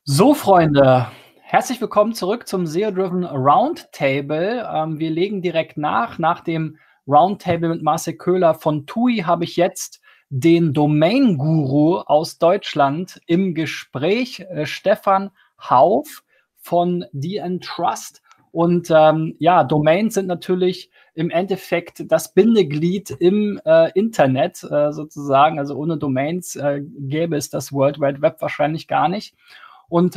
So, Freunde, herzlich willkommen zurück zum SEO-Driven Roundtable. Wir legen direkt nach dem Roundtable mit Marcel Köhler von TUI habe ich jetzt den Domain-Guru aus Deutschland im Gespräch, Stefan Hauff von D&Trust. Und Domains sind natürlich im Endeffekt das Bindeglied im Internet sozusagen. Also ohne Domains gäbe es das World Wide Web wahrscheinlich gar nicht. Und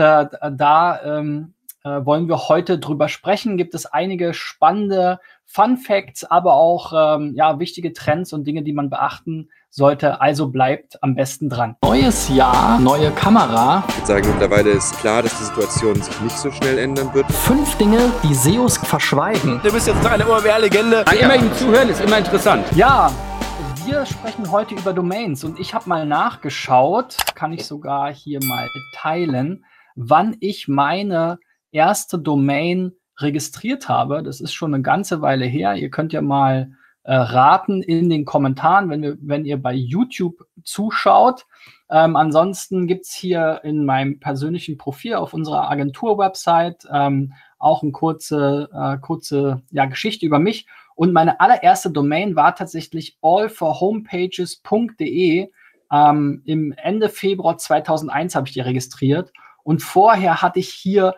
wollen wir heute drüber sprechen. Gibt es einige spannende Fun Facts, aber auch wichtige Trends und Dinge, die man beachten sollte. Also bleibt am besten dran. Neues Jahr, neue Kamera. Ich würde sagen, mittlerweile ist klar, dass die Situation sich nicht so schnell ändern wird. 5 Dinge, die SEOs verschweigen. Du bist jetzt eine OMR-Legende. Immer ihm zuhören ist immer interessant. Ja, wir sprechen heute über Domains und ich habe mal nachgeschaut, kann ich sogar hier mal teilen, wann ich meine erste Domain registriert habe. Das ist schon eine ganze Weile her. Ihr könnt ja mal raten in den Kommentaren, wenn ihr bei YouTube zuschaut. Ansonsten gibt's hier in meinem persönlichen Profil auf unserer Agentur-Website auch eine kurze Geschichte über mich. Und meine allererste Domain war tatsächlich allforhomepages.de. Im Ende Februar 2001 habe ich die registriert. Und vorher hatte ich hier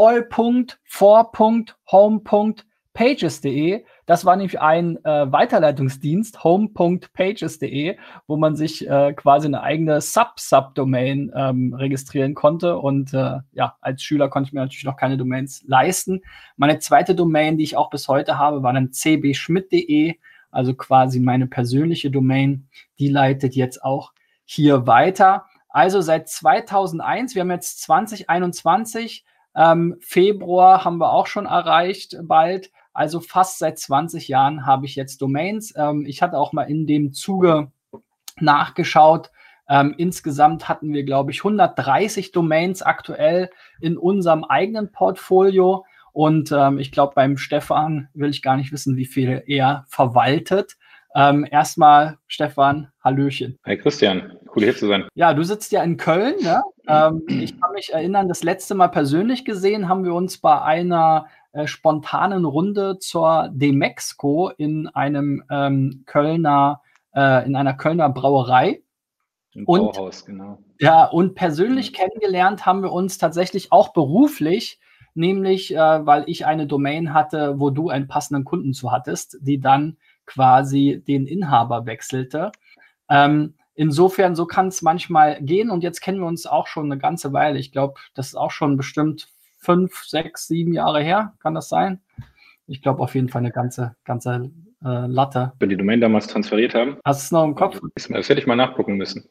all.for.home.pages.de. Das war nämlich ein Weiterleitungsdienst, home.pages.de, wo man sich quasi eine eigene Subdomain registrieren konnte. Und als Schüler konnte ich mir natürlich noch keine Domains leisten. Meine zweite Domain, die ich auch bis heute habe, war dann cbschmidt.de, also quasi meine persönliche Domain. Die leitet jetzt auch hier weiter. Also seit 2001, wir haben jetzt 2021, Februar haben wir auch schon erreicht, bald. Also fast seit 20 Jahren habe ich jetzt Domains. Ich hatte auch mal in dem Zuge nachgeschaut. Insgesamt hatten wir, glaube ich, 130 Domains aktuell in unserem eigenen Portfolio. Und ich glaube, beim Stefan will ich gar nicht wissen, wie viel er verwaltet. Erstmal, Stefan, Hallöchen. Hi Christian, cool hier zu sein. Ja, du sitzt ja in Köln, ne? Ich kann mich erinnern, das letzte Mal persönlich gesehen haben wir uns bei einer spontanen Runde zur Demexco in einem in einer Kölner Brauerei. Im Brauhaus, genau. Ja, und persönlich kennengelernt haben wir uns tatsächlich auch beruflich, nämlich weil ich eine Domain hatte, wo du einen passenden Kunden zu hattest, die dann quasi den Inhaber wechselte. Insofern, so kann es manchmal gehen. Und jetzt kennen wir uns auch schon eine ganze Weile. Ich glaube, das ist auch schon bestimmt 5, 6, 7 Jahre her. Kann das sein? Ich glaube auf jeden Fall eine ganze Latte. Wenn die Domain damals transferiert haben. Hast du es noch im Kopf? Das hätte ich mal nachgucken müssen.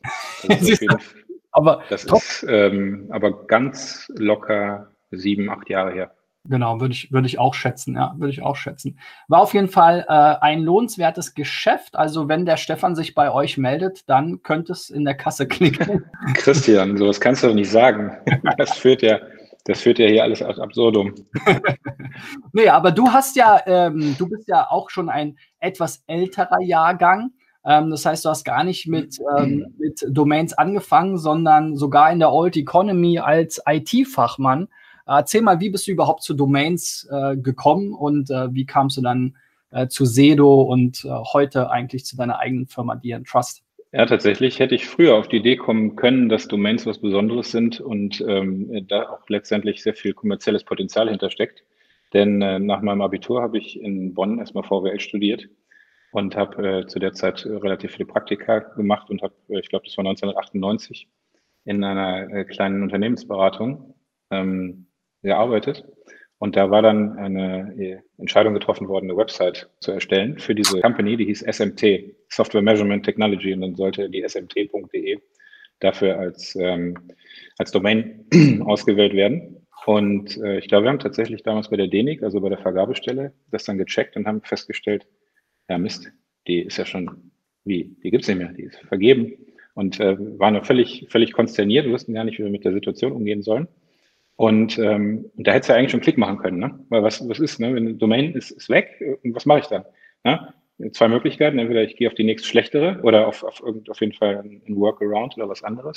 Das ist aber ganz locker 7, 8 Jahre her. Genau, würde ich auch schätzen, ja, würde ich auch schätzen. War auf jeden Fall ein lohnenswertes Geschäft. Also wenn der Stefan sich bei euch meldet, dann könnte es in der Kasse klicken. Christian, sowas kannst du doch nicht sagen. Das führt ja hier alles ad absurdum. Nee, aber du bist ja auch schon ein etwas älterer Jahrgang. Das heißt, du hast gar nicht mit Domains angefangen, sondern sogar in der Old Economy als IT-Fachmann. Erzähl mal, wie bist du überhaupt zu Domains gekommen und wie kamst du dann zu Sedo und heute eigentlich zu deiner eigenen Firma D&Trust? Ja, tatsächlich hätte ich früher auf die Idee kommen können, dass Domains was Besonderes sind und da auch letztendlich sehr viel kommerzielles Potenzial hintersteckt. Denn nach meinem Abitur habe ich in Bonn erstmal VWL studiert und habe zu der Zeit relativ viele Praktika gemacht und habe, ich glaube, das war 1998, in einer kleinen Unternehmensberatung gearbeitet. Und da war dann eine Entscheidung getroffen worden, eine Website zu erstellen für diese Company, die hieß SMT, Software Measurement Technology, und dann sollte die smt.de dafür als Domain ausgewählt werden. Und ich glaube, wir haben tatsächlich damals bei der DENIC, also bei der Vergabestelle, das dann gecheckt und haben festgestellt, ja Mist, die ist ja schon, die gibt's nicht mehr, die ist vergeben. Und waren völlig konsterniert, wussten gar nicht, wie wir mit der Situation umgehen sollen. Und da hätte es ja eigentlich schon Klick machen können, ne? Weil was ist, ne? Wenn eine Domain ist weg, was mache ich dann? Ne? 2 Möglichkeiten, entweder ich gehe auf die nächst schlechtere oder auf jeden Fall ein Workaround oder was anderes.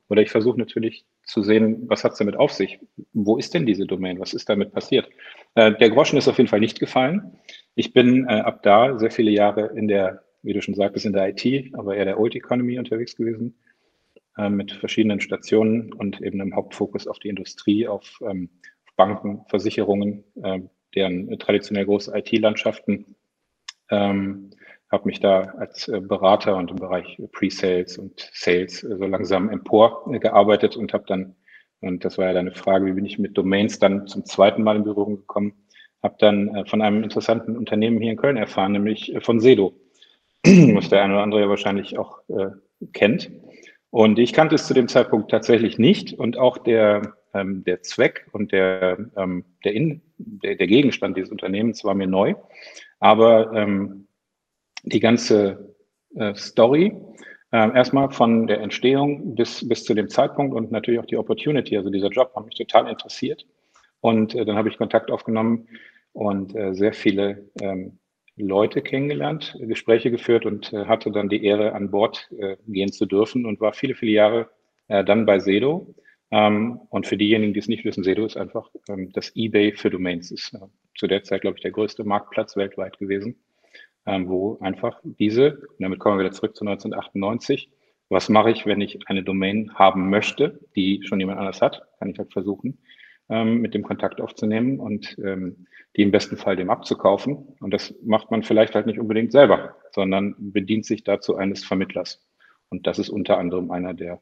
Oder ich versuche natürlich zu sehen, was hat es damit auf sich? Wo ist denn diese Domain? Was ist damit passiert? Der Groschen ist auf jeden Fall nicht gefallen. Ich bin ab da sehr viele Jahre in der, wie du schon sagtest, in der IT, aber eher der Old Economy unterwegs gewesen, mit verschiedenen Stationen und eben im Hauptfokus auf die Industrie, auf Banken, Versicherungen, deren traditionell große IT-Landschaften. Habe mich da als Berater und im Bereich Pre-Sales und Sales so langsam emporgearbeitet und habe dann, und das war ja deine Frage, wie bin ich mit Domains dann zum zweiten Mal in Berührung gekommen, habe dann von einem interessanten Unternehmen hier in Köln erfahren, nämlich von Sedo, was der eine oder andere ja wahrscheinlich auch kennt. Und ich kannte es zu dem Zeitpunkt tatsächlich nicht und auch der Zweck und der Gegenstand dieses Unternehmens war mir neu. Aber die ganze Story, erstmal von der Entstehung bis zu dem Zeitpunkt und natürlich auch die Opportunity, also dieser Job, hat mich total interessiert. Und dann habe ich Kontakt aufgenommen und sehr viele Leute kennengelernt, Gespräche geführt und hatte dann die Ehre, an Bord gehen zu dürfen und war viele, viele Jahre dann bei Sedo. Und für diejenigen, die es nicht wissen, Sedo ist einfach das eBay für Domains. Ist zu der Zeit, glaube ich, der größte Marktplatz weltweit gewesen, wo einfach diese, und damit kommen wir wieder zurück zu 1998, was mache ich, wenn ich eine Domain haben möchte, die schon jemand anders hat, kann ich halt versuchen, mit dem Kontakt aufzunehmen und die im besten Fall dem abzukaufen. Und das macht man vielleicht halt nicht unbedingt selber, sondern bedient sich dazu eines Vermittlers. Und das ist unter anderem einer der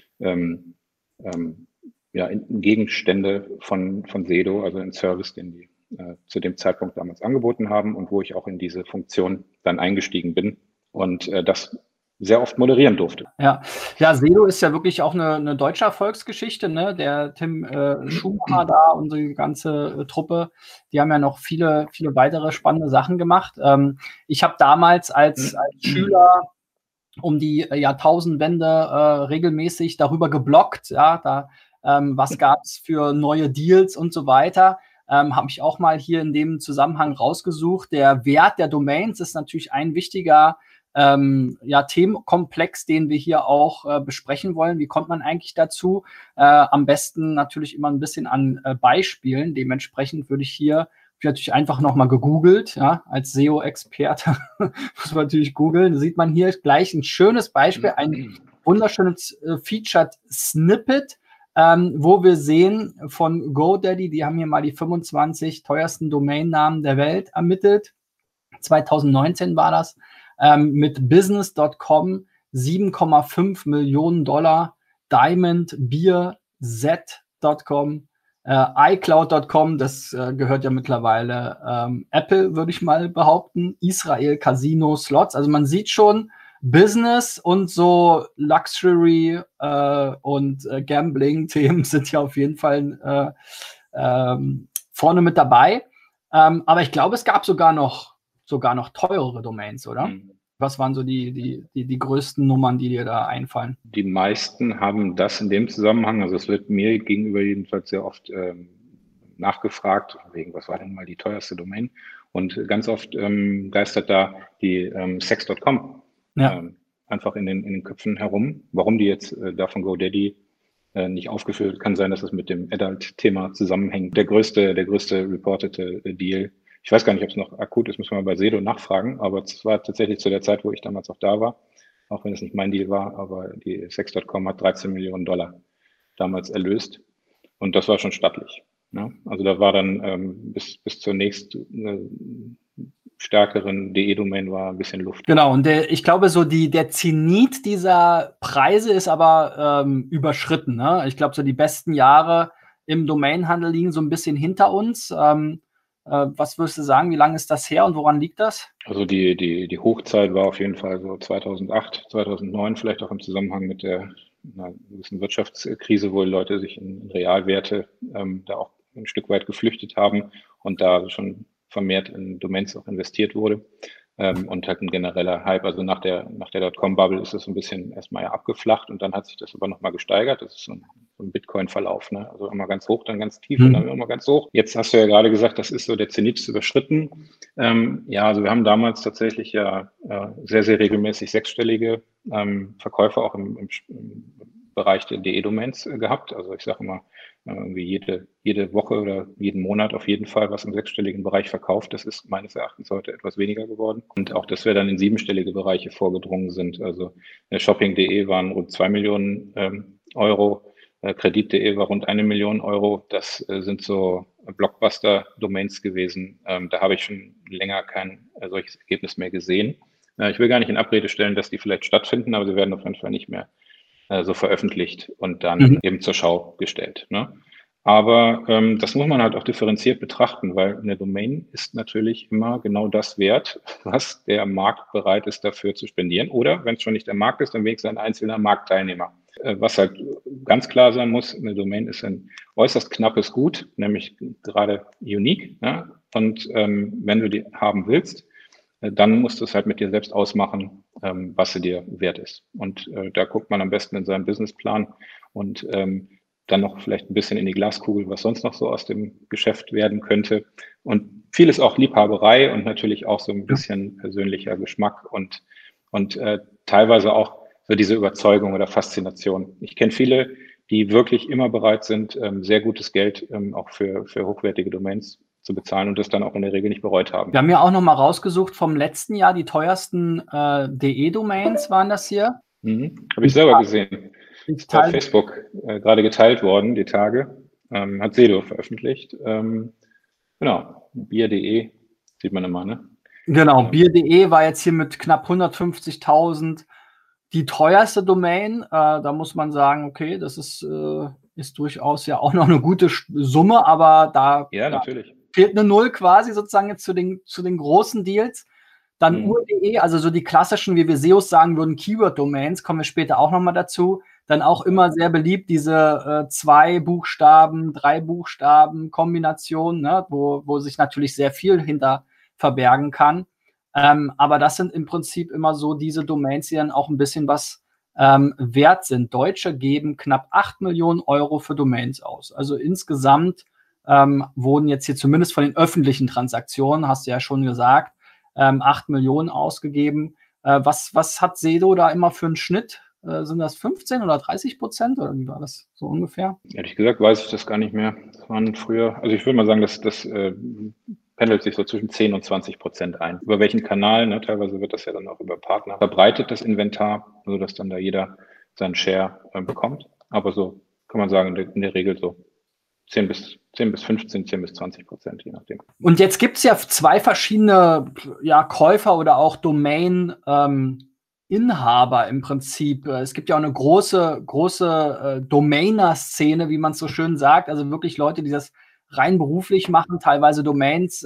Gegenstände von Sedo, also ein Service, den die zu dem Zeitpunkt damals angeboten haben und wo ich auch in diese Funktion dann eingestiegen bin und das sehr oft moderieren durfte. Ja, Sedo ist ja wirklich auch eine deutsche Erfolgsgeschichte, ne? Der Tim Schumacher da, unsere ganze Truppe, die haben ja noch viele, viele weitere spannende Sachen gemacht. Ich habe damals als Schüler um die Jahrtausendwende regelmäßig darüber gebloggt, ja, was gab es für neue Deals und so weiter. Habe ich auch mal hier in dem Zusammenhang rausgesucht. Der Wert der Domains ist natürlich ein wichtiger Themenkomplex, den wir hier auch besprechen wollen. Wie kommt man eigentlich dazu? Am besten natürlich immer ein bisschen an Beispielen. Dementsprechend würde ich hier natürlich einfach nochmal gegoogelt, ja, als SEO-Experte muss man natürlich googeln. Da sieht man hier gleich ein schönes Beispiel, ein wunderschönes Featured Snippet, wo wir sehen von GoDaddy, die haben hier mal die 25 teuersten Domainnamen der Welt ermittelt. 2019 war das. Mit Business.com 7,5 Millionen Dollar, Diamond Beer Z.com, iCloud.com, das gehört ja mittlerweile Apple, würde ich mal behaupten, Israel Casino Slots. Also man sieht schon, Business und so Luxury und Gambling-Themen sind ja auf jeden Fall vorne mit dabei. Aber ich glaube, es gab sogar noch teurere Domains, oder? Was waren so die größten Nummern, die dir da einfallen? Die meisten haben das in dem Zusammenhang, also es wird mir gegenüber jedenfalls sehr oft nachgefragt, wegen was war denn mal die teuerste Domain? Und ganz oft geistert da die Sex.com einfach in den Köpfen herum. Warum die jetzt da von GoDaddy nicht aufgeführt, kann sein, dass es mit dem Adult-Thema zusammenhängt. Der größte reportete Deal, ich weiß gar nicht, ob es noch akut ist, müssen wir mal bei Sedo nachfragen, aber es war tatsächlich zu der Zeit, wo ich damals auch da war, auch wenn es nicht mein Deal war, aber die Sex.com hat 13 Millionen Dollar damals erlöst und das war schon stattlich. Ne? Also da war dann bis zur nächsten stärkeren DE-Domain war ein bisschen Luft. Genau, und ich glaube, so der Zenit dieser Preise ist aber überschritten. Ne? Ich glaube, so die besten Jahre im Domainhandel liegen so ein bisschen hinter uns. Was würdest du sagen, wie lange ist das her und woran liegt das? Also die Hochzeit war auf jeden Fall so 2008, 2009, vielleicht auch im Zusammenhang mit einer gewissen Wirtschaftskrise, wo Leute sich in Realwerte da auch ein Stück weit geflüchtet haben und da schon vermehrt in Domains auch investiert wurde. Und halt ein genereller Hype. Also nach der Dotcom-Bubble ist es ein bisschen erstmal ja abgeflacht und dann hat sich das aber nochmal gesteigert. Das ist so ein Bitcoin-Verlauf, ne? Also immer ganz hoch, dann ganz tief und dann immer ganz hoch. Jetzt hast du ja gerade gesagt, das ist so der Zenit ist überschritten. Also wir haben damals tatsächlich ja sehr, sehr regelmäßig sechsstellige Verkäufe auch im Bereich der DE-Domains gehabt. Also ich sage immer, irgendwie jede Woche oder jeden Monat auf jeden Fall was im sechsstelligen Bereich verkauft. Das ist meines Erachtens heute etwas weniger geworden. Und auch, dass wir dann in siebenstellige Bereiche vorgedrungen sind. Also shopping.de waren rund 2 Millionen Euro, kredit.de war rund 1 Million Euro. Das sind so Blockbuster-Domains gewesen. Da habe ich schon länger kein solches Ergebnis mehr gesehen. Ich will gar nicht in Abrede stellen, dass die vielleicht stattfinden, aber sie werden auf jeden Fall nicht mehr so veröffentlicht und dann eben zur Schau gestellt. Ne? Aber das muss man halt auch differenziert betrachten, weil eine Domain ist natürlich immer genau das wert, was der Markt bereit ist, dafür zu spendieren. Oder wenn es schon nicht der Markt ist, dann wenigstens ein einzelner Marktteilnehmer. Was halt ganz klar sein muss, eine Domain ist ein äußerst knappes Gut, nämlich gerade unique. Ja? Und wenn du die haben willst, dann musst du es halt mit dir selbst ausmachen, was sie dir wert ist. Und da guckt man am besten in seinen Businessplan und dann noch vielleicht ein bisschen in die Glaskugel, was sonst noch so aus dem Geschäft werden könnte. Und vieles auch Liebhaberei und natürlich auch so ein bisschen persönlicher Geschmack und teilweise auch so diese Überzeugung oder Faszination. Ich kenne viele, die wirklich immer bereit sind, sehr gutes Geld auch für hochwertige Domains zu bezahlen und das dann auch in der Regel nicht bereut haben. Wir haben ja auch noch mal rausgesucht vom letzten Jahr, die teuersten DE-Domains waren das hier. Habe ich selber gesehen. Ist bei Facebook gerade geteilt worden, die Tage. Hat Sedo veröffentlicht. Genau, bier.de sieht man immer, ne? Genau, bier.de war jetzt hier mit knapp 150.000 die teuerste Domain. Da muss man sagen, okay, das ist durchaus ja auch noch eine gute Summe, aber da fehlt eine Null quasi sozusagen jetzt zu den großen Deals. Dann ur.de, also so die klassischen, wie wir SEOs sagen würden, Keyword-Domains, kommen wir später auch nochmal dazu. Dann auch immer sehr beliebt, diese 2 Buchstaben, 3 Buchstaben Kombination, ne, wo sich natürlich sehr viel hinter verbergen kann. Aber das sind im Prinzip immer so diese Domains, die dann auch ein bisschen was wert sind. Deutsche geben knapp 8 Millionen Euro für Domains aus. Also insgesamt wurden jetzt hier zumindest von den öffentlichen Transaktionen, hast du ja schon gesagt, 8 Millionen ausgegeben. Was hat Sedo da immer für einen Schnitt? Sind das 15 oder 30% oder wie war das so ungefähr? Ehrlich gesagt weiß ich das gar nicht mehr. Das waren früher, also ich würde mal sagen, das pendelt sich so zwischen 10 und 20% ein. Über welchen Kanal, ne? Teilweise wird das ja dann auch über Partner verbreitet, das Inventar, sodass dann da jeder seinen Share bekommt. Aber so kann man sagen, in der Regel so 10 bis 15, 10 bis 20%, je nachdem. Und jetzt gibt es ja 2 verschiedene Käufer oder auch Domain-Inhaber im Prinzip. Es gibt ja auch eine große Domainer-Szene, wie man es so schön sagt. Also wirklich Leute, die das rein beruflich machen, teilweise Domains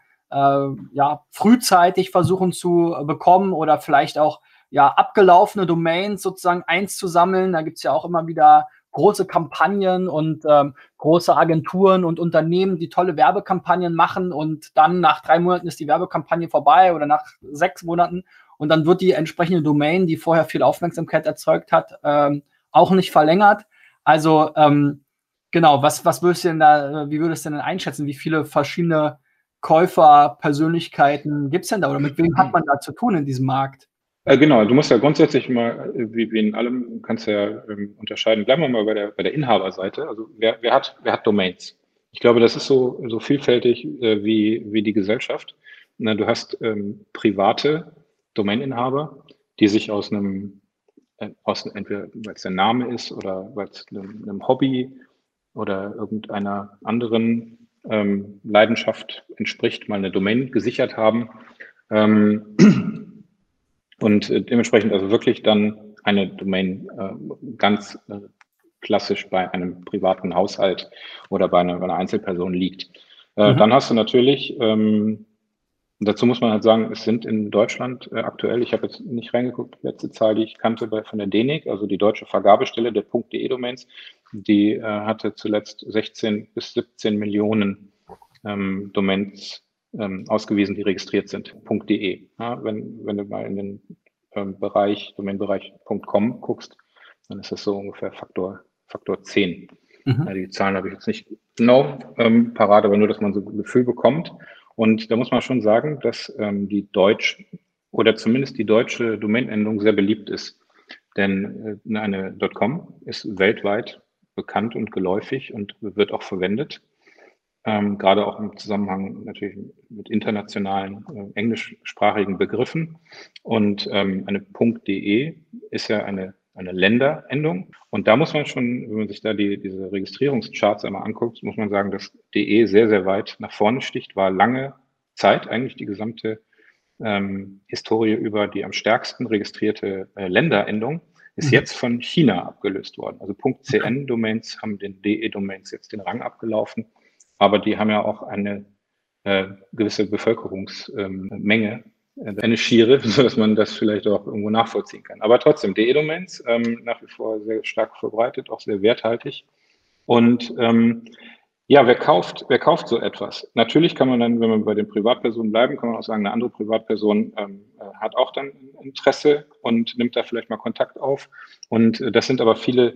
frühzeitig versuchen zu bekommen oder vielleicht auch abgelaufene Domains sozusagen einzusammeln. Da gibt es ja auch immer wieder große Kampagnen und große Agenturen und Unternehmen, die tolle Werbekampagnen machen und dann nach 3 Monaten ist die Werbekampagne vorbei oder nach 6 Monaten und dann wird die entsprechende Domain, die vorher viel Aufmerksamkeit erzeugt hat, auch nicht verlängert. Also genau, was würdest du denn da, wie würdest du denn einschätzen, wie viele verschiedene Käufer, Persönlichkeiten gibt es denn da oder mit wem hat man da zu tun in diesem Markt? Genau, du musst ja grundsätzlich mal, wie in allem, kannst du ja unterscheiden. Bleiben wir mal bei der Inhaberseite. Also wer hat Domains? Ich glaube, das ist so vielfältig wie die Gesellschaft. Du hast private Domaininhaber, die sich entweder weil es der Name ist oder weil es einem Hobby oder irgendeiner anderen Leidenschaft entspricht, mal eine Domain gesichert haben. Und dementsprechend also wirklich dann eine Domain ganz klassisch bei einem privaten Haushalt oder bei einer Einzelperson liegt. Dann hast du natürlich, dazu muss man halt sagen, es sind in Deutschland aktuell, ich habe jetzt nicht reingeguckt, die letzte Zahl, die ich kannte von der DENIC, also die deutsche Vergabestelle der .de-Domains, die hatte zuletzt 16 bis 17 Millionen Domains ausgewiesen, die registriert sind, .de. Ja, wenn du mal in den Domainbereich .com guckst, dann ist das so ungefähr Faktor 10. Ja, die Zahlen habe ich jetzt nicht genau parat, aber nur, dass man so ein Gefühl bekommt. Und da muss man schon sagen, dass die deutsche Domainendung sehr beliebt ist. Denn eine .com ist weltweit bekannt und geläufig und wird auch verwendet. Gerade auch im Zusammenhang natürlich mit internationalen englischsprachigen Begriffen. Und eine .de ist ja eine Länderendung. Und da muss man schon, wenn man sich da diese Registrierungscharts einmal anguckt, muss man sagen, dass de sehr, sehr weit nach vorne sticht, war lange Zeit eigentlich die gesamte Historie über die am stärksten registrierte Länderendung, ist jetzt von China abgelöst worden. Also .cn-Domains haben den de-Domains jetzt den Rang abgelaufen, aber die haben ja auch eine gewisse Bevölkerungsmenge, eine Schiere, sodass man das vielleicht auch irgendwo nachvollziehen kann. Aber trotzdem, de-Domains nach wie vor sehr stark verbreitet, auch sehr werthaltig. Und ja, wer kauft so etwas? Natürlich kann man dann, wenn wir bei den Privatpersonen bleiben, kann man auch sagen, eine andere Privatperson hat auch dann Interesse und nimmt da vielleicht mal Kontakt auf. Und das sind aber viele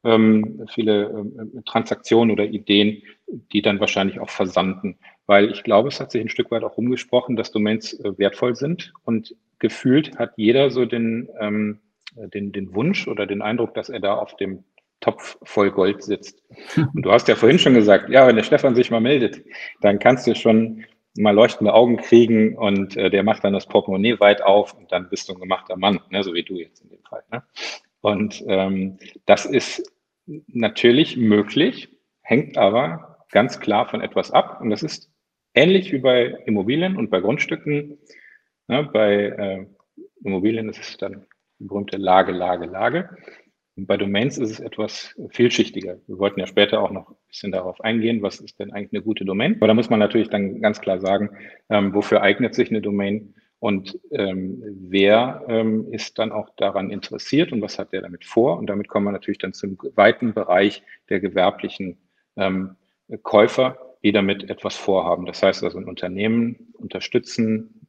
Transaktionen oder Ideen, die dann wahrscheinlich auch versanden. Weil ich glaube, es hat sich ein Stück weit auch rumgesprochen, dass Domains wertvoll sind. Und gefühlt hat jeder so den Wunsch oder den Eindruck, dass er da auf dem Topf voll Gold sitzt. Und du hast ja vorhin schon gesagt, ja, wenn der Stefan sich mal meldet, dann kannst du schon mal leuchtende Augen kriegen und der macht dann das Portemonnaie weit auf und dann bist du ein gemachter Mann, ne, so wie du jetzt in dem Fall. Ne? Und das ist natürlich möglich, hängt aber ganz klar von etwas ab. Und das ist ähnlich wie bei Immobilien und bei Grundstücken. Ne? Bei Immobilien ist es dann die berühmte Lage. Und bei Domains ist es etwas vielschichtiger. Wir wollten ja später auch noch ein bisschen darauf eingehen, was ist denn eigentlich eine gute Domain. Aber da muss man natürlich dann ganz klar sagen, wofür eignet sich eine Domain und wer ist dann auch daran interessiert und was hat der damit vor. Und damit kommen wir natürlich dann zum weiten Bereich der gewerblichen Käufer, die damit etwas vorhaben. Das heißt also ein Unternehmen unterstützen,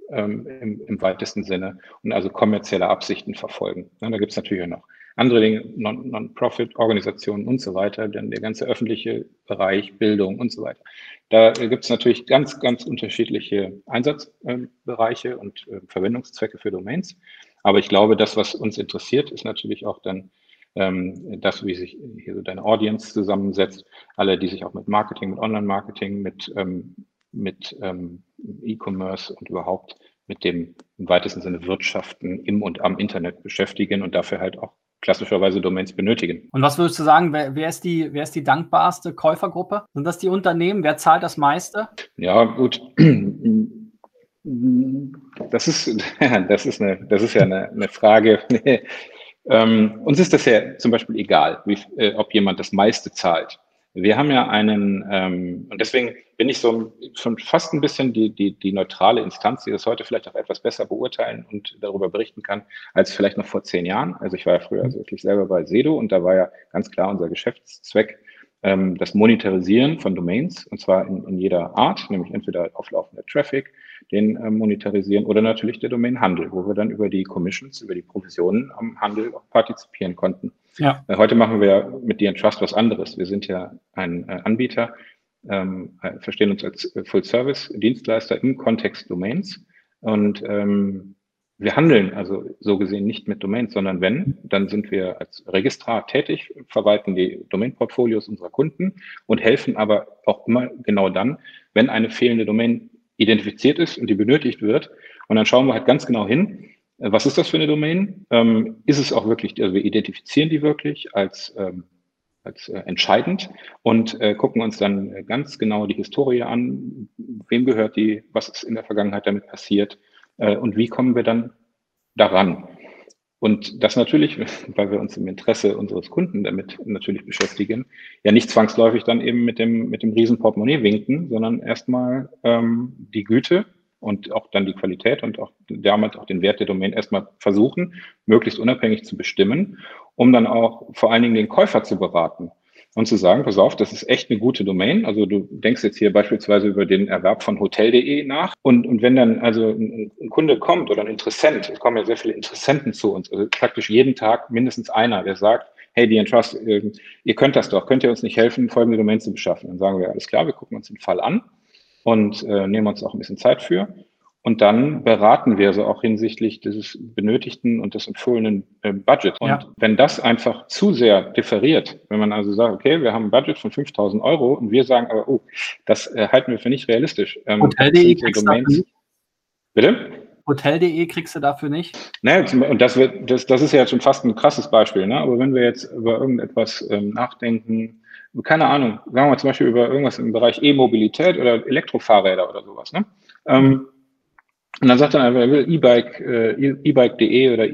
im weitesten Sinne und also kommerzielle Absichten verfolgen. Ja, da gibt es natürlich auch noch andere Dinge, Non-Profit-Organisationen und so weiter, dann der ganze öffentliche Bereich, Bildung und so weiter. Da gibt es natürlich ganz, ganz unterschiedliche Einsatzbereiche und Verwendungszwecke für Domains. Aber ich glaube, das, was uns interessiert, ist natürlich auch dann das, wie sich hier so deine Audience zusammensetzt, alle, die sich auch mit Marketing, mit Online-Marketing, mit E-Commerce und überhaupt mit dem im weitesten Sinne Wirtschaften im und am Internet beschäftigen und dafür halt auch klassischerweise Domains benötigen. Und was würdest du sagen, wer ist die dankbarste Käufergruppe? Sind das die Unternehmen? Wer zahlt das meiste? Ja, gut. Das ist ja eine Frage. Uns ist das ja zum Beispiel egal, ob jemand das meiste zahlt. Wir haben ja und deswegen bin ich so schon fast ein bisschen die neutrale Instanz, die das heute vielleicht auch etwas besser beurteilen und darüber berichten kann, als vielleicht noch vor 10 Jahren. Also ich war ja früher wirklich selber bei Sedo und da war ja ganz klar unser Geschäftszweck, das Monetarisieren von Domains, und zwar in jeder Art, nämlich entweder auflaufender Traffic, den monetarisieren oder natürlich der Domainhandel, wo wir dann über die Commissions, über die Provisionen am Handel auch partizipieren konnten. Ja. Heute machen wir mit D&Trust was anderes. Wir sind ja ein Anbieter, verstehen uns als Full-Service-Dienstleister im Kontext Domains und wir handeln also so gesehen nicht mit Domains, sondern dann sind wir als Registrar tätig, verwalten die Domain-Portfolios unserer Kunden und helfen aber auch immer genau dann, wenn eine fehlende Domain identifiziert ist und die benötigt wird. Und dann schauen wir halt ganz genau hin, was ist das für eine Domain? Ist es auch wirklich, also wir identifizieren die wirklich als entscheidend und gucken uns dann ganz genau die Historie an, wem gehört die, was ist in der Vergangenheit damit passiert und wie kommen wir dann daran. Und das natürlich, weil wir uns im Interesse unseres Kunden damit natürlich beschäftigen, ja nicht zwangsläufig dann eben mit dem riesen Portemonnaie winken, sondern erstmal die Güte und auch dann die Qualität und auch damit auch den Wert der Domain erstmal versuchen, möglichst unabhängig zu bestimmen, um dann auch vor allen Dingen den Käufer zu beraten und zu sagen, pass auf, das ist echt eine gute Domain. Also du denkst jetzt hier beispielsweise über den Erwerb von hotel.de nach und wenn dann also ein Kunde kommt oder ein Interessent, es kommen ja sehr viele Interessenten zu uns, also praktisch jeden Tag mindestens einer, der sagt, hey, D&Trust, ihr könnt das doch, könnt ihr uns nicht helfen, folgende Domain zu beschaffen? Dann sagen wir, alles klar, wir gucken uns den Fall an und nehmen uns auch ein bisschen Zeit für Und dann beraten wir so auch hinsichtlich des benötigten und des empfohlenen Budgets. Und wenn das einfach zu sehr differiert, wenn man also sagt, okay, wir haben ein Budget von 5.000 Euro und wir sagen aber, oh, das halten wir für nicht realistisch. Hotel.de kriegst du dafür nicht? Bitte? Hotel.de kriegst du dafür nicht? Naja, und das ist ja schon fast ein krasses Beispiel, ne? Aber wenn wir jetzt über irgendetwas nachdenken, keine Ahnung, sagen wir mal zum Beispiel über irgendwas im Bereich E-Mobilität oder Elektrofahrräder oder sowas, ne? Und dann sagt er einfach, er will e-bike.de oder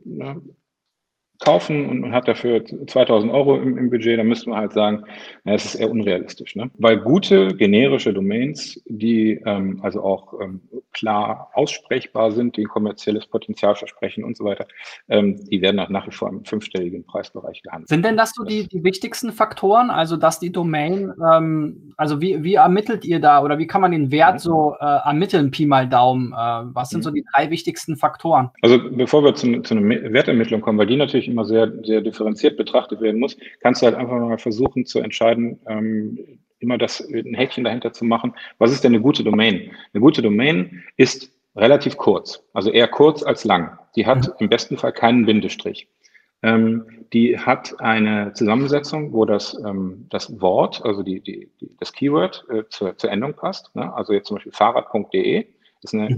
kaufen und hat dafür 2.000 Euro im Budget, dann müsste man halt sagen, na, das ist eher unrealistisch. Ne? Weil gute generische Domains, die also auch klar aussprechbar sind, die ein kommerzielles Potenzial versprechen und so weiter, die werden auch nach wie vor im fünfstelligen Preisbereich gehandelt. Sind denn das so die wichtigsten Faktoren? Also, dass die Domain, also wie ermittelt ihr da oder wie kann man den Wert so ermitteln, Pi mal Daumen? Was sind so die 3 wichtigsten Faktoren? Also bevor wir zu einer Wertermittlung kommen, weil die natürlich immer sehr, sehr differenziert betrachtet werden muss, kannst du halt einfach mal versuchen zu entscheiden, immer ein Häkchen dahinter zu machen. Was ist denn eine gute Domain? Eine gute Domain ist relativ kurz, also eher kurz als lang. Die hat im besten Fall keinen Bindestrich. Die hat eine Zusammensetzung, wo das Wort, also das Keyword zur Endung passt. Ne? Also jetzt zum Beispiel fahrrad.de ist eine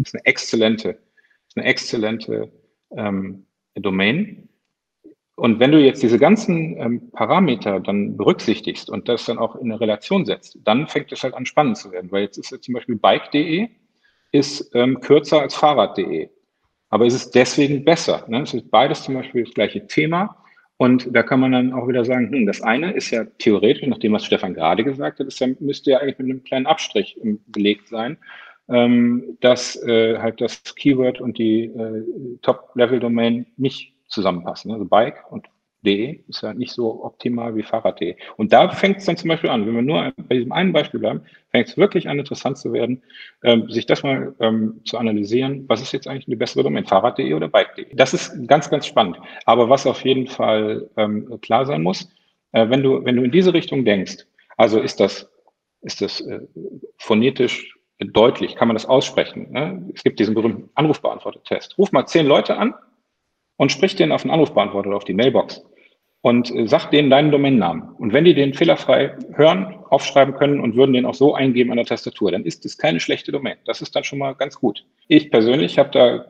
exzellente Domain. Und wenn du jetzt diese ganzen Parameter dann berücksichtigst und das dann auch in eine Relation setzt, dann fängt es halt an spannend zu werden, weil jetzt ist ja zum Beispiel bike.de ist kürzer als fahrrad.de. Aber es ist deswegen besser. Ne? Es ist beides zum Beispiel das gleiche Thema. Und da kann man dann auch wieder sagen, das eine ist ja theoretisch, nach dem, was Stefan gerade gesagt hat, müsste ja eigentlich mit einem kleinen Abstrich belegt sein, dass halt das Keyword und die Top-Level-Domain nicht zusammenpassen. Also Bike und .de ist ja nicht so optimal wie Fahrrad.de. Und da fängt es dann zum Beispiel an, wenn wir nur bei diesem einen Beispiel bleiben, fängt es wirklich an, interessant zu werden, sich das mal zu analysieren, was ist jetzt eigentlich eine bessere Domain, Fahrrad.de oder Bike.de. Das ist ganz, ganz spannend. Aber was auf jeden Fall klar sein muss, wenn du in diese Richtung denkst, also ist das phonetisch deutlich, kann man das aussprechen. Ne? Es gibt diesen berühmten Anrufbeantworter-Test. Ruf mal 10 Leute an und sprich denen auf den Anrufbeantworter oder auf die Mailbox und sag denen deinen Domainnamen. Und wenn die den fehlerfrei hören, aufschreiben können und würden den auch so eingeben an der Tastatur, dann ist es keine schlechte Domain. Das ist dann schon mal ganz gut. Ich persönlich habe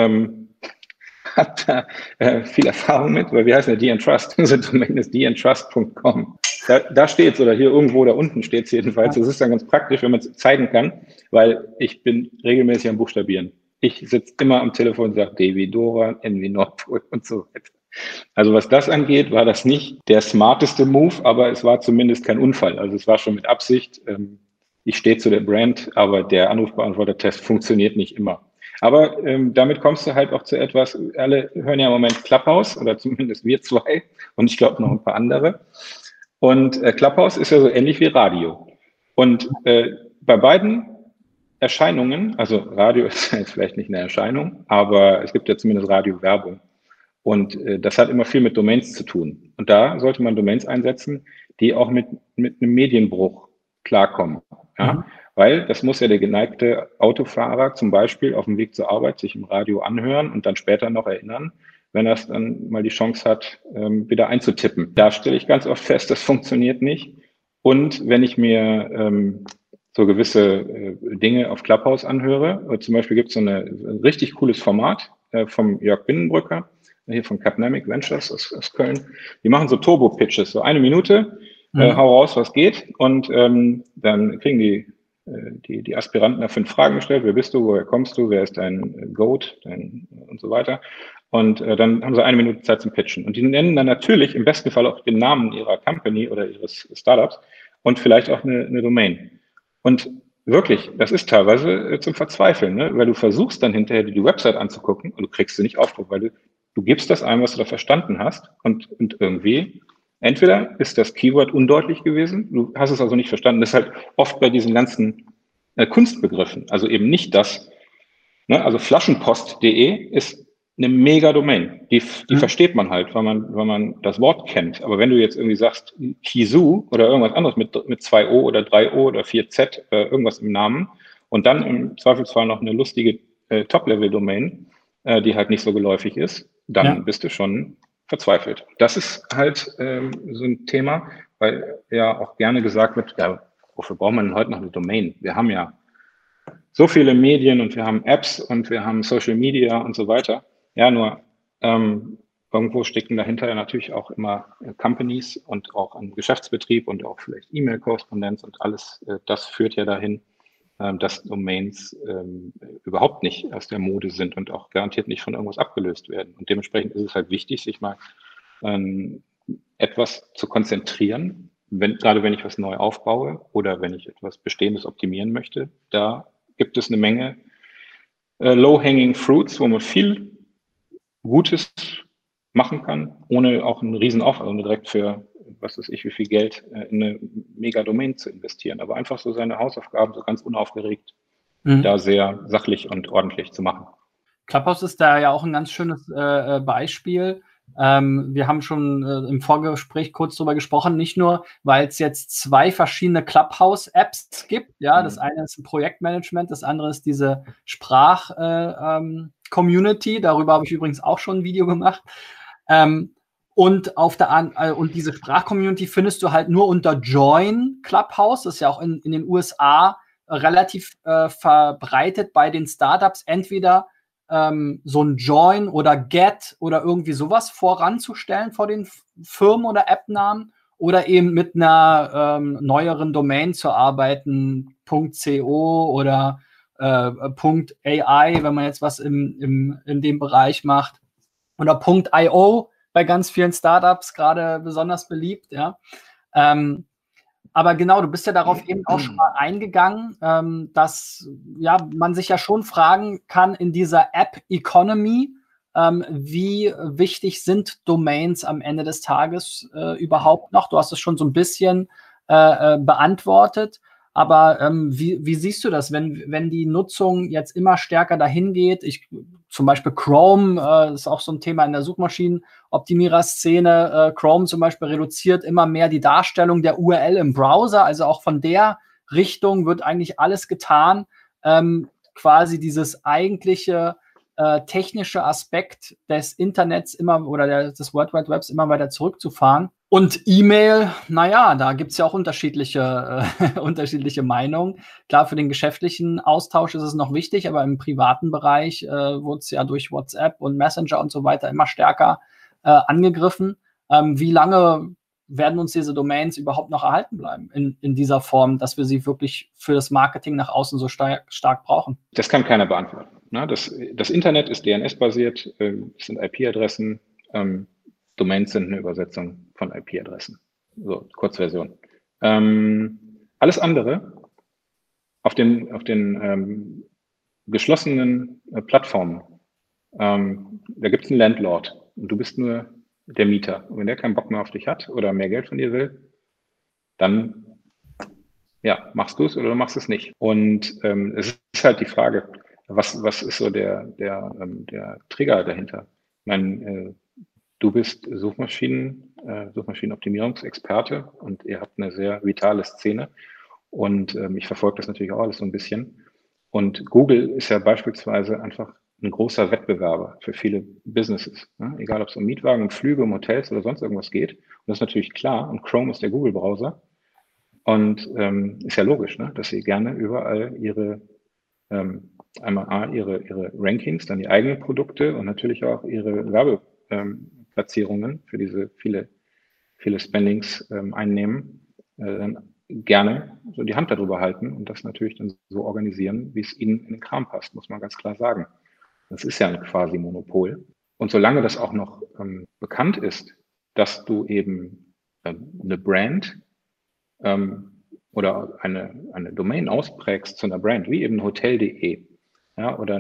da viel Erfahrung mit, weil wir heißen ja DNTrust. Unsere Domain ist dntrust.com. Da steht's oder hier irgendwo da unten steht's jedenfalls. Das ist dann ganz praktisch, wenn man es zeigen kann, weil ich bin regelmäßig am Buchstabieren. Ich sitze immer am Telefon und sage D wie Dora, N wie Nordpol und so weiter. Also was das angeht, war das nicht der smarteste Move, aber es war zumindest kein Unfall. Also es war schon mit Absicht. Ich stehe zu der Brand, aber der Anrufbeantworter-Test funktioniert nicht immer. Aber damit kommst du halt auch zu etwas, alle hören ja im Moment Clubhouse oder zumindest wir zwei und ich glaube noch ein paar andere. Und Clubhouse ist ja so ähnlich wie Radio. Und bei beiden Erscheinungen, also Radio ist jetzt vielleicht nicht eine Erscheinung, aber es gibt ja zumindest Radio-Werbung. Und das hat immer viel mit Domains zu tun. Und da sollte man Domains einsetzen, die auch mit einem Medienbruch klarkommen. Ja? Weil das muss ja der geneigte Autofahrer zum Beispiel auf dem Weg zur Arbeit sich im Radio anhören und dann später noch erinnern, wenn er dann mal die Chance hat, wieder einzutippen. Da stelle ich ganz oft fest, das funktioniert nicht. Und wenn ich mir so gewisse Dinge auf Clubhouse anhöre, zum Beispiel gibt es so ein richtig cooles Format vom Jörg Binnenbrücker, hier von Capnamic Ventures aus Köln. Die machen so Turbo-Pitches, so 1 Minute, hau raus, was geht. Und dann kriegen die Aspiranten da 5 Fragen gestellt. Wer bist du, woher kommst du, wer ist dein Goat und so weiter. Und dann haben sie 1 Minute Zeit zum Pitchen. Und die nennen dann natürlich im besten Fall auch den Namen ihrer Company oder ihres Startups und vielleicht auch eine Domain. Und wirklich, das ist teilweise zum Verzweifeln, ne? Weil du versuchst dann hinterher die Website anzugucken und du kriegst sie nicht auf, weil du gibst das ein, was du da verstanden hast und irgendwie, entweder ist das Keyword undeutlich gewesen, du hast es also nicht verstanden. Das ist halt oft bei diesen ganzen Kunstbegriffen, also eben nicht das, ne? Also flaschenpost.de ist eine mega Domain. Die versteht man halt, weil man das Wort kennt. Aber wenn du jetzt irgendwie sagst, Kisu oder irgendwas anderes mit 2 O oder 3 O oder 4 Z, irgendwas im Namen und dann im Zweifelsfall noch eine lustige Top-Level-Domain, die halt nicht so geläufig ist, dann bist du schon verzweifelt. Das ist halt so ein Thema, weil ja auch gerne gesagt wird, ja, wofür braucht man denn heute noch eine Domain? Wir haben ja so viele Medien und wir haben Apps und wir haben Social Media und so weiter. Ja, nur irgendwo stecken dahinter ja natürlich auch immer Companies und auch ein Geschäftsbetrieb und auch vielleicht E-Mail-Korrespondenz und alles. Das führt ja dahin, dass Domains überhaupt nicht aus der Mode sind und auch garantiert nicht von irgendwas abgelöst werden. Und dementsprechend ist es halt wichtig, sich mal etwas zu konzentrieren, gerade wenn ich was neu aufbaue oder wenn ich etwas Bestehendes optimieren möchte. Da gibt es eine Menge low-hanging fruits, wo man viel Gutes machen kann, ohne auch einen riesen Aufwand, also direkt für, was weiß ich, wie viel Geld in eine Mega-Domain zu investieren. Aber einfach so seine Hausaufgaben so ganz unaufgeregt, da sehr sachlich und ordentlich zu machen. Clubhouse ist da ja auch ein ganz schönes Beispiel. Wir haben schon im Vorgespräch kurz drüber gesprochen, nicht nur, weil es jetzt 2 verschiedene Clubhouse-Apps gibt. Ja, das eine ist ein Projektmanagement, das andere ist diese Sprach-Community. Darüber habe ich übrigens auch schon ein Video gemacht. Und diese Sprach-Community findest du halt nur unter Join Clubhouse. Das ist ja auch in den USA relativ verbreitet bei den Startups. Entweder so ein Join oder Get oder irgendwie sowas voranzustellen vor den Firmen oder App-Namen oder eben mit einer neueren Domain zu arbeiten, .co oder .ai, wenn man jetzt was in dem Bereich macht, oder .io bei ganz vielen Startups gerade besonders beliebt, ja. Aber genau, du bist ja darauf eben auch schon mal eingegangen, dass ja, man sich ja schon fragen kann in dieser App-Economy, wie wichtig sind Domains am Ende des Tages überhaupt noch? Du hast es schon so ein bisschen beantwortet, aber wie siehst du das, wenn die Nutzung jetzt immer stärker dahin geht? Zum Beispiel Chrome ist auch so ein Thema in der Suchmaschinenoptimierer-Szene. Chrome zum Beispiel reduziert immer mehr die Darstellung der URL im Browser. Also auch von der Richtung wird eigentlich alles getan, quasi dieses eigentliche technische Aspekt des Internets des World Wide Webs immer weiter zurückzufahren. Und E-Mail, naja, da gibt es ja auch unterschiedliche Meinungen. Klar, für den geschäftlichen Austausch ist es noch wichtig, aber im privaten Bereich wurde es ja durch WhatsApp und Messenger und so weiter immer stärker angegriffen. Wie lange werden uns diese Domains überhaupt noch erhalten bleiben in dieser Form, dass wir sie wirklich für das Marketing nach außen so stark brauchen? Das kann keiner beantworten. Ne? Das Internet ist DNS-basiert, es sind IP-Adressen, Domains sind eine Übersetzung von IP-Adressen. So, Kurzversion. Alles andere auf den geschlossenen Plattformen, da gibt es einen Landlord und du bist nur der Mieter. Und wenn der keinen Bock mehr auf dich hat oder mehr Geld von dir will, dann ja, machst du es oder du machst es nicht. Und es ist halt die Frage, was ist so der Trigger dahinter? Ich meine, du bist Suchmaschinenoptimierungsexperte und ihr habt eine sehr vitale Szene. Und ich verfolge das natürlich auch alles so ein bisschen. Und Google ist ja beispielsweise einfach ein großer Wettbewerber für viele Businesses. Ne? Egal, ob es um Mietwagen, um Flüge, um Hotels oder sonst irgendwas geht. Und das ist natürlich klar. Und Chrome ist der Google-Browser. Und ist ja logisch, ne? Dass sie gerne überall ihre Rankings, dann die eigenen Produkte und natürlich auch ihre Werbeplatzierungen für diese viele Spendings einnehmen, gerne so die Hand darüber halten und das natürlich dann so organisieren, wie es ihnen in den Kram passt, muss man ganz klar sagen. Das ist ja ein quasi Monopol. Und solange das auch noch bekannt ist, dass du eben eine Brand oder eine Domain ausprägst zu einer Brand, wie eben hotel.de, ja, oder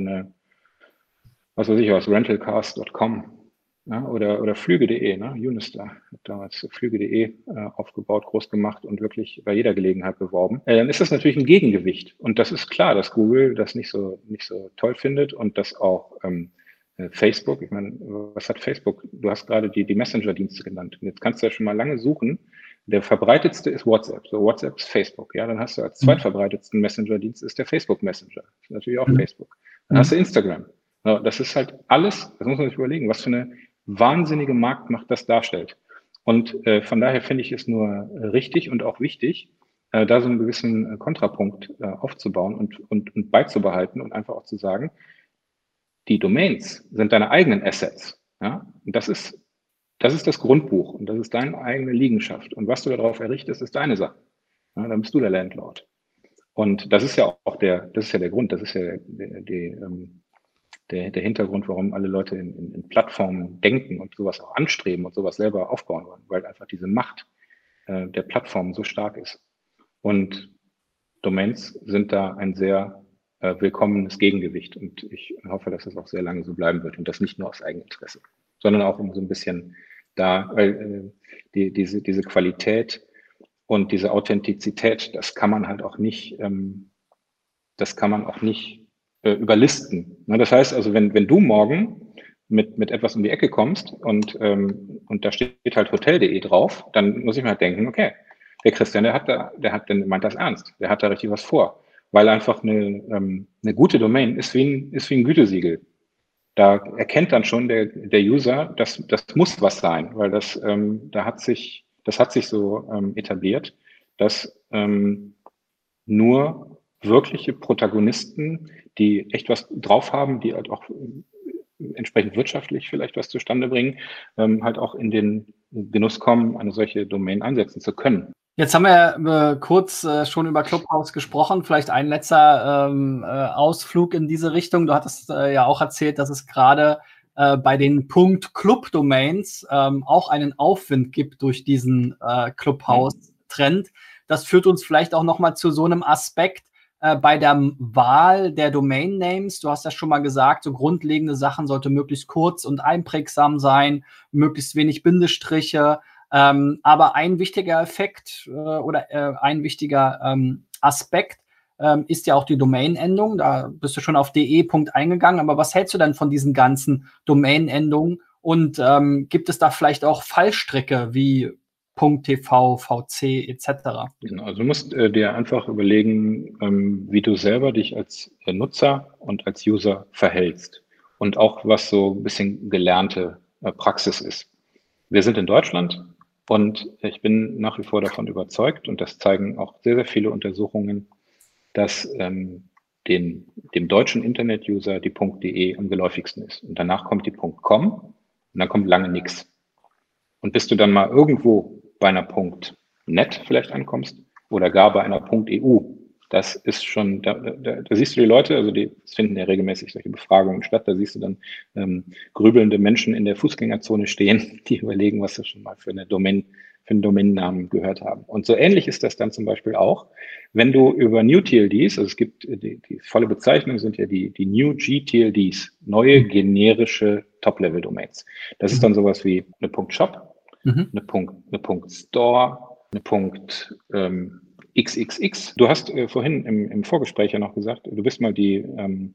rentalcars.com, ja, oder Flüge.de, ne? Unistar hat damals Flüge.de aufgebaut, groß gemacht und wirklich bei jeder Gelegenheit beworben. Dann ist das natürlich ein Gegengewicht. Und das ist klar, dass Google das nicht so toll findet und dass auch Facebook, ich meine, was hat Facebook? Du hast gerade die Messenger-Dienste genannt. Und jetzt kannst du ja schon mal lange suchen, Der verbreitetste ist WhatsApp. So, WhatsApp ist Facebook. Ja, dann hast du als zweitverbreitetsten Messenger-Dienst ist der Facebook Messenger. Das ist natürlich auch Facebook. Dann hast du Instagram. Ja, das ist halt alles, das muss man sich überlegen, was für eine wahnsinnige Marktmacht das darstellt. Und von daher finde ich es nur richtig und auch wichtig, da so einen gewissen Kontrapunkt aufzubauen und beizubehalten und einfach auch zu sagen, die Domains sind deine eigenen Assets. Ja? Und das ist das Grundbuch und das ist deine eigene Liegenschaft. Und was du darauf errichtest, ist deine Sache. Ja, dann bist du der Landlord. Und das ist ja auch der Grund, das ist ja der Hintergrund, warum alle Leute in Plattformen denken und sowas auch anstreben und sowas selber aufbauen wollen, weil einfach diese Macht der Plattformen so stark ist. Und Domains sind da ein sehr willkommenes Gegengewicht. Und ich hoffe, dass das auch sehr lange so bleiben wird und das nicht nur aus Eigeninteresse, sondern auch um so ein bisschen da, weil diese Qualität und diese Authentizität, das kann man auch nicht überlisten. Das heißt also, wenn du morgen mit etwas um die Ecke kommst und da steht halt hotel.de drauf, dann muss ich mir halt denken, okay, der Christian, der meint das ernst, der hat da richtig was vor, weil einfach eine gute Domain ist wie ein Gütesiegel. Da erkennt dann schon der User, das muss was sein, weil das hat sich so etabliert, dass nur wirkliche Protagonisten, die echt was drauf haben, die halt auch entsprechend wirtschaftlich vielleicht was zustande bringen, halt auch in den Genuss kommen, eine solche Domain einsetzen zu können. Jetzt haben wir kurz schon über Clubhouse gesprochen. Vielleicht ein letzter Ausflug in diese Richtung. Du hattest ja auch erzählt, dass es gerade bei den .club-Domains auch einen Aufwind gibt durch diesen Clubhouse-Trend. Das führt uns vielleicht auch noch mal zu so einem Aspekt bei der Wahl der Domain-Names. Du hast ja schon mal gesagt, so grundlegende Sachen sollte möglichst kurz und einprägsam sein, möglichst wenig Bindestriche. Aber ein wichtiger Effekt oder ein wichtiger Aspekt ist ja auch die Domain-Endung. Da bist du schon auf de. eingegangen. Aber was hältst du denn von diesen ganzen Domain-Endungen? Und gibt es da vielleicht auch Fallstricke wie .tv, .vc etc.? Genau, also du musst dir einfach überlegen, wie du selber dich als Nutzer und als User verhältst und auch was so ein bisschen gelernte Praxis ist. Wir sind in Deutschland und ich bin nach wie vor davon überzeugt und das zeigen auch sehr, sehr viele Untersuchungen, dass dem deutschen Internet-User die .de am geläufigsten ist. Und danach kommt die .com und dann kommt lange nichts. Und bis du dann mal irgendwo bei einer .net vielleicht ankommst oder gar bei einer .eu, das ist schon, da siehst du die Leute, also es finden ja regelmäßig solche Befragungen statt, da siehst du dann grübelnde Menschen in der Fußgängerzone stehen, die überlegen, was sie schon mal für einen Domainnamen gehört haben. Und so ähnlich ist das dann zum Beispiel auch, wenn du über New TLDs, also es gibt die volle Bezeichnung sind ja die New GTLDs, neue generische Top-Level-Domains. Das ist dann sowas wie eine .shop, eine .store, eine .xxx. Du hast vorhin im Vorgespräch ja noch gesagt, du bist mal die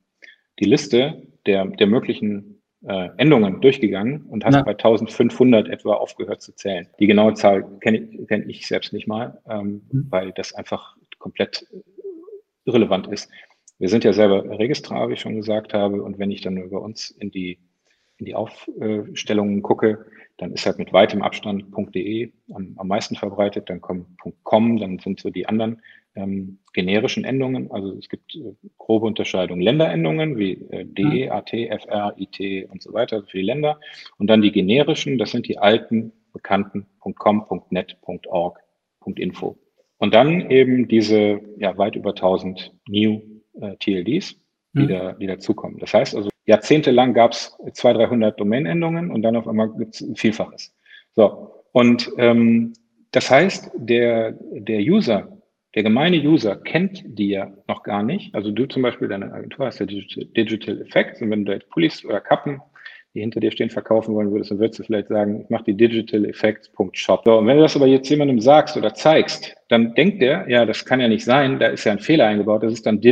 Liste der möglichen Endungen durchgegangen und hast bei 1500 etwa aufgehört zu zählen. Die genaue Zahl kenn ich selbst nicht mal, weil das einfach komplett irrelevant ist. Wir sind ja selber Registrar, wie ich schon gesagt habe, und wenn ich dann über uns in die Aufstellungen gucke, dann ist halt mit weitem Abstand .de am meisten verbreitet, dann kommt .com, dann sind so die anderen generischen Endungen, also es gibt grobe Unterscheidungen, Länderendungen wie DE, AT, FR, IT und so weiter für die Länder und dann die generischen, das sind die alten, bekannten .com, .net, .org, .info. Und dann eben diese weit über 1000 New TLDs, die dazukommen. Das heißt also, jahrzehntelang gab es 200-300 Domain-Endungen und dann auf einmal gibt es ein Vielfaches. So, und das heißt, der User, der gemeine User kennt die ja noch gar nicht. Also du zum Beispiel, deine Agentur hast ja Digital Effects und wenn du jetzt Pullis oder Kappen, die hinter dir stehen, verkaufen wollen würdest, dann würdest du vielleicht sagen, ich mache die digitaleffects.shop. So, und wenn du das aber jetzt jemandem sagst oder zeigst, dann denkt der, ja, das kann ja nicht sein, da ist ja ein Fehler eingebaut, das ist dann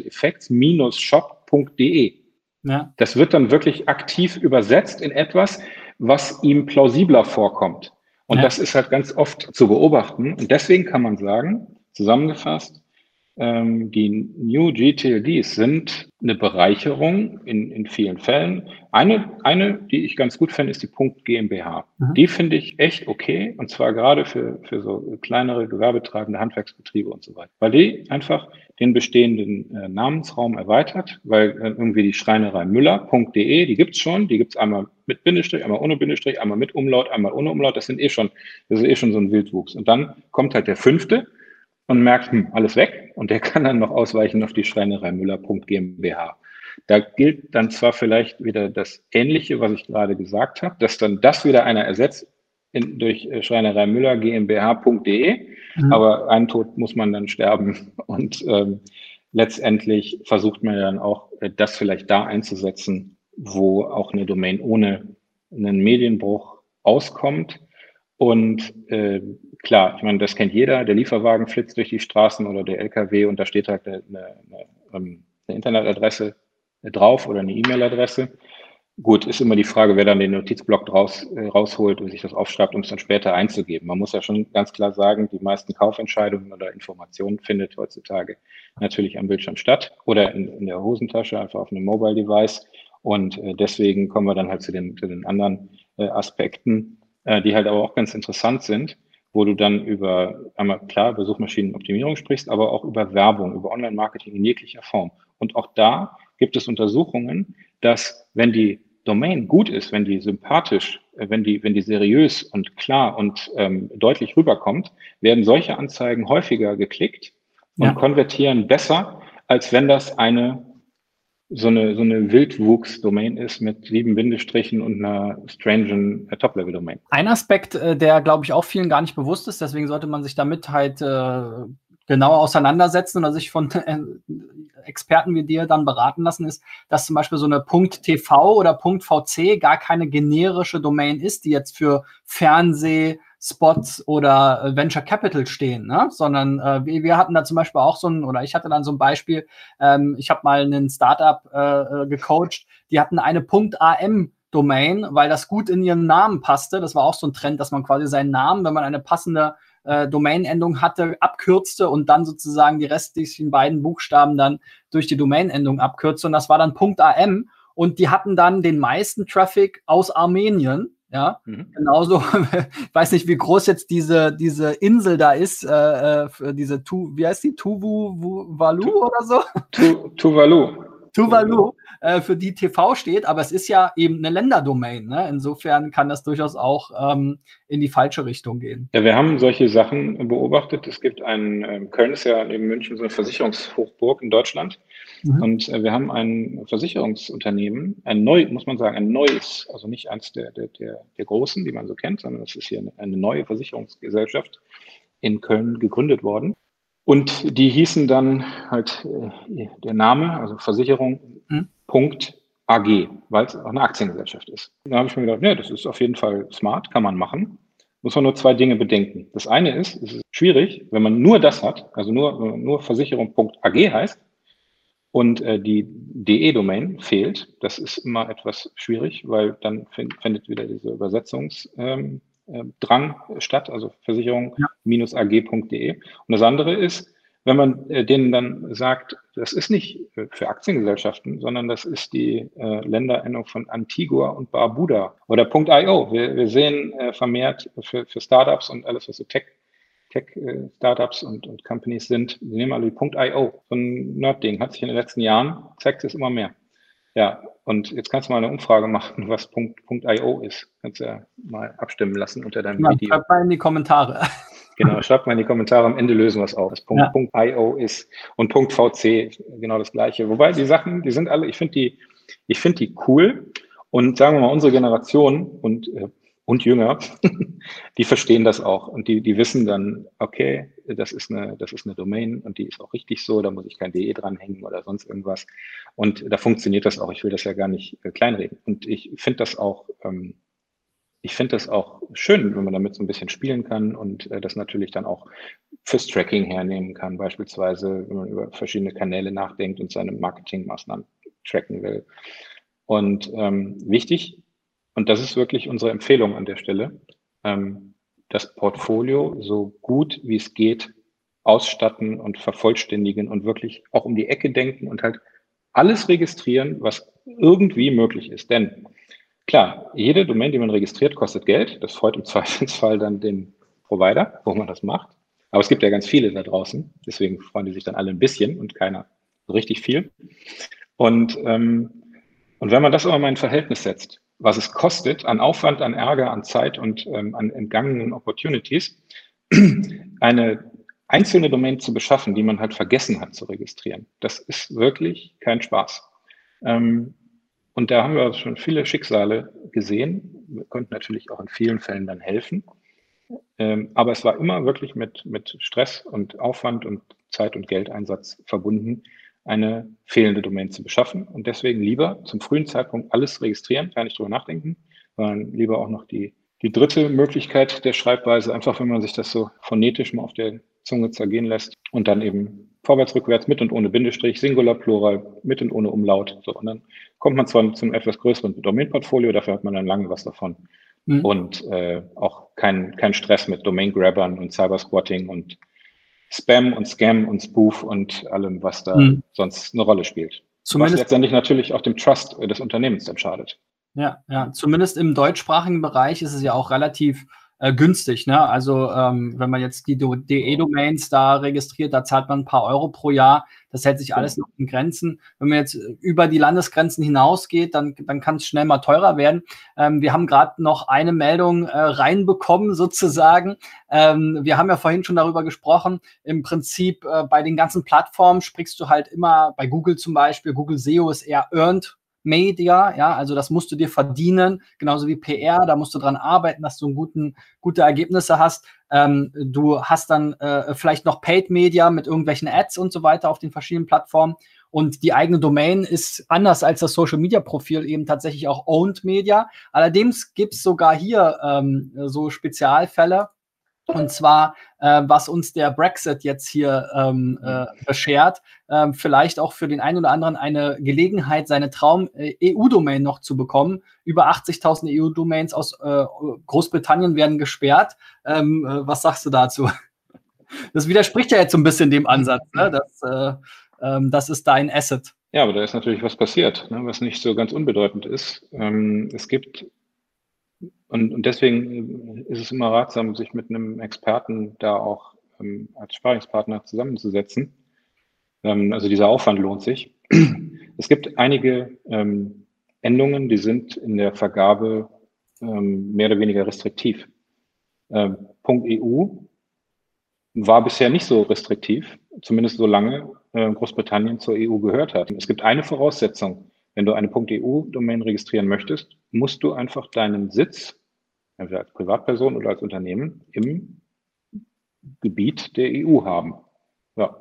digitaleffects-shop.de. Ja. Das wird dann wirklich aktiv übersetzt in etwas, was ihm plausibler vorkommt. Und Ja. das ist halt ganz oft zu beobachten. Und deswegen kann man sagen, zusammengefasst, die New GTLDs sind eine Bereicherung in vielen Fällen. Eine, die ich ganz gut finde, ist die Punkt GmbH. Die finde ich echt okay, und zwar gerade für so kleinere gewerbetreibende Handwerksbetriebe und so weiter, weil die einfach den bestehenden Namensraum erweitert, weil irgendwie die Schreinerei Müller.de, die gibt's schon, die gibt's einmal mit Bindestrich, einmal ohne Bindestrich, einmal mit Umlaut, einmal ohne Umlaut, das ist eh schon so ein Wildwuchs. Und dann kommt halt der fünfte und merkt, alles weg, und der kann dann noch ausweichen auf die Schreinerei Müller.GmbH. Da gilt dann zwar vielleicht wieder das Ähnliche, was ich gerade gesagt habe, dass dann das wieder einer ersetzt durch Schreinerei Müller GmbH.de, aber einen Tod muss man dann sterben, und letztendlich versucht man dann auch, das vielleicht da einzusetzen, wo auch eine Domain ohne einen Medienbruch auskommt. Und klar, ich meine, das kennt jeder, der Lieferwagen flitzt durch die Straßen oder der LKW, und da steht halt eine Internetadresse drauf oder eine E-Mail-Adresse. Gut, ist immer die Frage, wer dann den Notizblock rausholt und sich das aufschreibt, um es dann später einzugeben. Man muss ja schon ganz klar sagen, die meisten Kaufentscheidungen oder Informationen findet heutzutage natürlich am Bildschirm statt oder in der Hosentasche, einfach auf einem Mobile-Device. Und deswegen kommen wir dann halt zu den anderen Aspekten, die halt aber auch ganz interessant sind, wo du dann über einmal klar über Suchmaschinenoptimierung sprichst, aber auch über Werbung, über Online-Marketing in jeglicher Form. Und auch da gibt es Untersuchungen, dass wenn die Domain gut ist, wenn die sympathisch, wenn die seriös und klar und deutlich rüberkommt, werden solche Anzeigen häufiger geklickt und konvertieren besser, als wenn das so eine Wildwuchs-Domain ist mit 7 Bindestrichen und einer strangen Top-Level-Domain. Ein Aspekt, der, glaube ich, auch vielen gar nicht bewusst ist, deswegen sollte man sich damit halt genauer auseinandersetzen oder sich von Experten wie dir dann beraten lassen, ist, dass zum Beispiel so eine .tv oder .vc gar keine generische Domain ist, die jetzt für Fernsehspots oder Venture Capital stehen, ne? Sondern wir hatten da zum Beispiel auch oder ich hatte dann so ein Beispiel, ich habe mal einen Startup gecoacht, die hatten eine .am Domain, weil das gut in ihren Namen passte. Das war auch so ein Trend, dass man quasi seinen Namen, wenn man eine passende Domainendung hatte, abkürzte und dann sozusagen die restlichen beiden Buchstaben dann durch die Domainendung abkürzte. Und das war dann .am. Und die hatten dann den meisten Traffic aus Armenien. Ja, genauso, ich weiß nicht, wie groß jetzt diese Insel da ist, wie heißt die? Tuvalu oder so? Tuvalu. Tuvalu, für die TV steht, aber es ist ja eben eine Länderdomain. Ne? Insofern kann das durchaus auch in die falsche Richtung gehen. Ja, wir haben solche Sachen beobachtet. Es gibt Köln ist ja neben München so eine Versicherungshochburg in Deutschland. Und wir haben ein Versicherungsunternehmen, muss man sagen, ein neues, also nicht eins der großen, die man so kennt, sondern es ist hier eine neue Versicherungsgesellschaft in Köln gegründet worden. Und die hießen dann halt der Name, also Versicherung.ag, weil es auch eine Aktiengesellschaft ist. Da habe ich mir gedacht, ja, das ist auf jeden Fall smart, kann man machen. Muss man nur 2 Dinge bedenken. Das eine ist, es ist schwierig, wenn man nur das hat, also nur Versicherung.ag heißt und die DE-Domain fehlt. Das ist immer etwas schwierig, weil dann findet wieder diese Übersetzungsdrang statt, also Versicherung-ag.de. Und das andere ist, wenn man denen dann sagt, das ist nicht für Aktiengesellschaften, sondern das ist die Länderendung von Antigua und Barbuda oder .io. Wir sehen vermehrt für Startups und alles, was so Tech-Startups und Companies sind, wir nehmen alle die .io. So ein Nerd-Ding hat sich in den letzten Jahren, zeigt es immer mehr. Ja, und jetzt kannst du mal eine Umfrage machen, was .io ist. Kannst du ja mal abstimmen lassen unter deinem Video. Schreibt mal in die Kommentare. Genau, schreibt mal in die Kommentare, am Ende lösen wir es auf. Das .io ist und .vc genau das Gleiche. Wobei die Sachen, die sind alle, ich finde die cool, und sagen wir mal, unsere Generation und jünger, die verstehen das auch, und die wissen dann, okay, das ist eine Domain und die ist auch richtig so, da muss ich kein DE dranhängen oder sonst irgendwas, und da funktioniert das auch. Ich will das ja gar nicht kleinreden, und ich finde das auch schön, wenn man damit so ein bisschen spielen kann und das natürlich dann auch fürs Tracking hernehmen kann, beispielsweise, wenn man über verschiedene Kanäle nachdenkt und seine Marketingmaßnahmen tracken will. Und wichtig, und das ist wirklich unsere Empfehlung an der Stelle, das Portfolio so gut wie es geht ausstatten und vervollständigen und wirklich auch um die Ecke denken und halt alles registrieren, was irgendwie möglich ist. Denn klar, jede Domain, die man registriert, kostet Geld. Das freut im Zweifelsfall dann den Provider, wo man das macht. Aber es gibt ja ganz viele da draußen. Deswegen freuen die sich dann alle ein bisschen und keiner so richtig viel. Und wenn man das aber mal in Verhältnis setzt, was es kostet an Aufwand, an Ärger, an Zeit und an entgangenen Opportunities, eine einzelne Domain zu beschaffen, die man halt vergessen hat zu registrieren, das ist wirklich kein Spaß. Und da haben wir schon viele Schicksale gesehen. Wir konnten natürlich auch in vielen Fällen dann helfen. Aber es war immer wirklich mit Stress und Aufwand und Zeit- und Geldeinsatz verbunden, eine fehlende Domain zu beschaffen. Und deswegen lieber zum frühen Zeitpunkt alles registrieren, gar nicht drüber nachdenken, sondern lieber auch noch die dritte Möglichkeit der Schreibweise, einfach wenn man sich das so phonetisch mal auf der Zunge zergehen lässt und dann eben vorwärts, rückwärts, mit und ohne Bindestrich, Singular, Plural, mit und ohne Umlaut. So, und dann kommt man zwar zum etwas größeren Domain-Portfolio, dafür hat man dann lange was davon. Und auch kein Stress mit Domain-Grabbern und Cyber-Squatting und Spam und Scam und Spoof und allem, was da sonst eine Rolle spielt. Was letztendlich natürlich auch dem Trust des Unternehmens dann schadet. Ja, zumindest im deutschsprachigen Bereich ist es ja auch relativ günstig, ne? Also wenn man jetzt die DE-Domains da registriert, da zahlt man ein paar Euro pro Jahr. Das hält sich alles noch in Grenzen. Wenn man jetzt über die Landesgrenzen hinausgeht, dann kann es schnell mal teurer werden. Wir haben gerade noch eine Meldung reinbekommen, sozusagen. Wir haben ja vorhin schon darüber gesprochen. Im Prinzip bei den ganzen Plattformen sprichst du halt immer, bei Google zum Beispiel, Google SEO ist eher Earned Media, ja, also das musst du dir verdienen, genauso wie PR, da musst du dran arbeiten, dass du gute Ergebnisse hast. Du hast dann vielleicht noch Paid Media mit irgendwelchen Ads und so weiter auf den verschiedenen Plattformen. Und die eigene Domain ist anders als das Social Media Profil eben tatsächlich auch Owned Media. Allerdings gibt es sogar hier so Spezialfälle. Und zwar, was uns der Brexit jetzt hier beschert, vielleicht auch für den einen oder anderen eine Gelegenheit, seine Traum-EU-Domain noch zu bekommen. Über 80.000 EU-Domains aus Großbritannien werden gesperrt. Was sagst du dazu? Das widerspricht ja jetzt so ein bisschen dem Ansatz, ne? Das ist dein Asset. Ja, aber da ist natürlich was passiert, ne, was nicht so ganz unbedeutend ist. Es gibt und deswegen ist es immer ratsam, sich mit einem Experten da auch als Sparingspartner zusammenzusetzen. Also dieser Aufwand lohnt sich. Es gibt einige Endungen, die sind in der Vergabe mehr oder weniger restriktiv. .eu war bisher nicht so restriktiv, zumindest solange Großbritannien zur EU gehört hat. Es gibt eine Voraussetzung. Wenn du eine .eu-Domain registrieren möchtest, musst du einfach deinen Sitz, entweder als Privatperson oder als Unternehmen, im Gebiet der EU haben. Ja.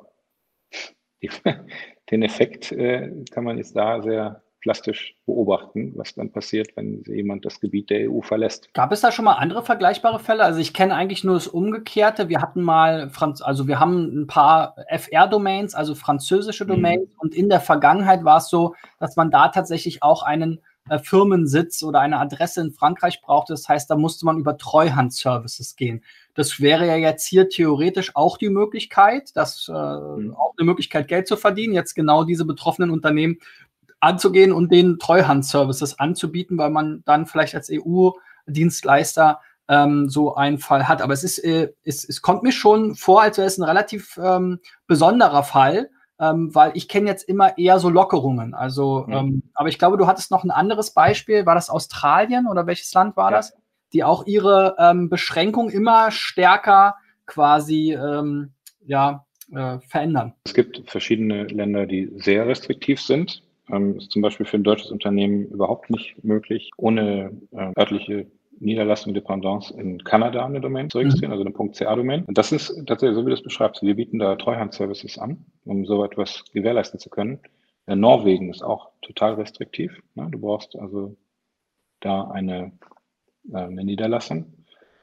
Den Effekt kann man jetzt da sehr plastisch beobachten, was dann passiert, wenn jemand das Gebiet der EU verlässt. Gab es da schon mal andere vergleichbare Fälle? Also ich kenne eigentlich nur das Umgekehrte. Wir hatten mal, wir haben ein paar FR-Domains, also französische Domains. Und in der Vergangenheit war es so, dass man da tatsächlich auch einen Firmensitz oder eine Adresse in Frankreich brauchte. Das heißt, da musste man über Treuhandservices gehen. Das wäre ja jetzt hier theoretisch auch die Möglichkeit, auch eine Möglichkeit, Geld zu verdienen, jetzt genau diese betroffenen Unternehmen anzugehen und den Treuhandservices anzubieten, weil man dann vielleicht als EU-Dienstleister so einen Fall hat. Aber es kommt mir schon vor, als wäre es ein relativ besonderer Fall, weil ich kenne jetzt immer eher so Lockerungen. Also, aber ich glaube, du hattest noch ein anderes Beispiel. War das Australien oder welches Land war das? Die auch ihre Beschränkung immer stärker quasi verändern. Es gibt verschiedene Länder, die sehr restriktiv sind. Ist zum Beispiel für ein deutsches Unternehmen überhaupt nicht möglich, ohne örtliche Niederlassung Dependance in Kanada eine Domain zu registrieren, also eine .ca-Domain. Und das ist tatsächlich so, wie du das beschreibst. Wir bieten da Treuhandservices an, um so etwas gewährleisten zu können. Norwegen ist auch total restriktiv. Ne? Du brauchst also da eine Niederlassung.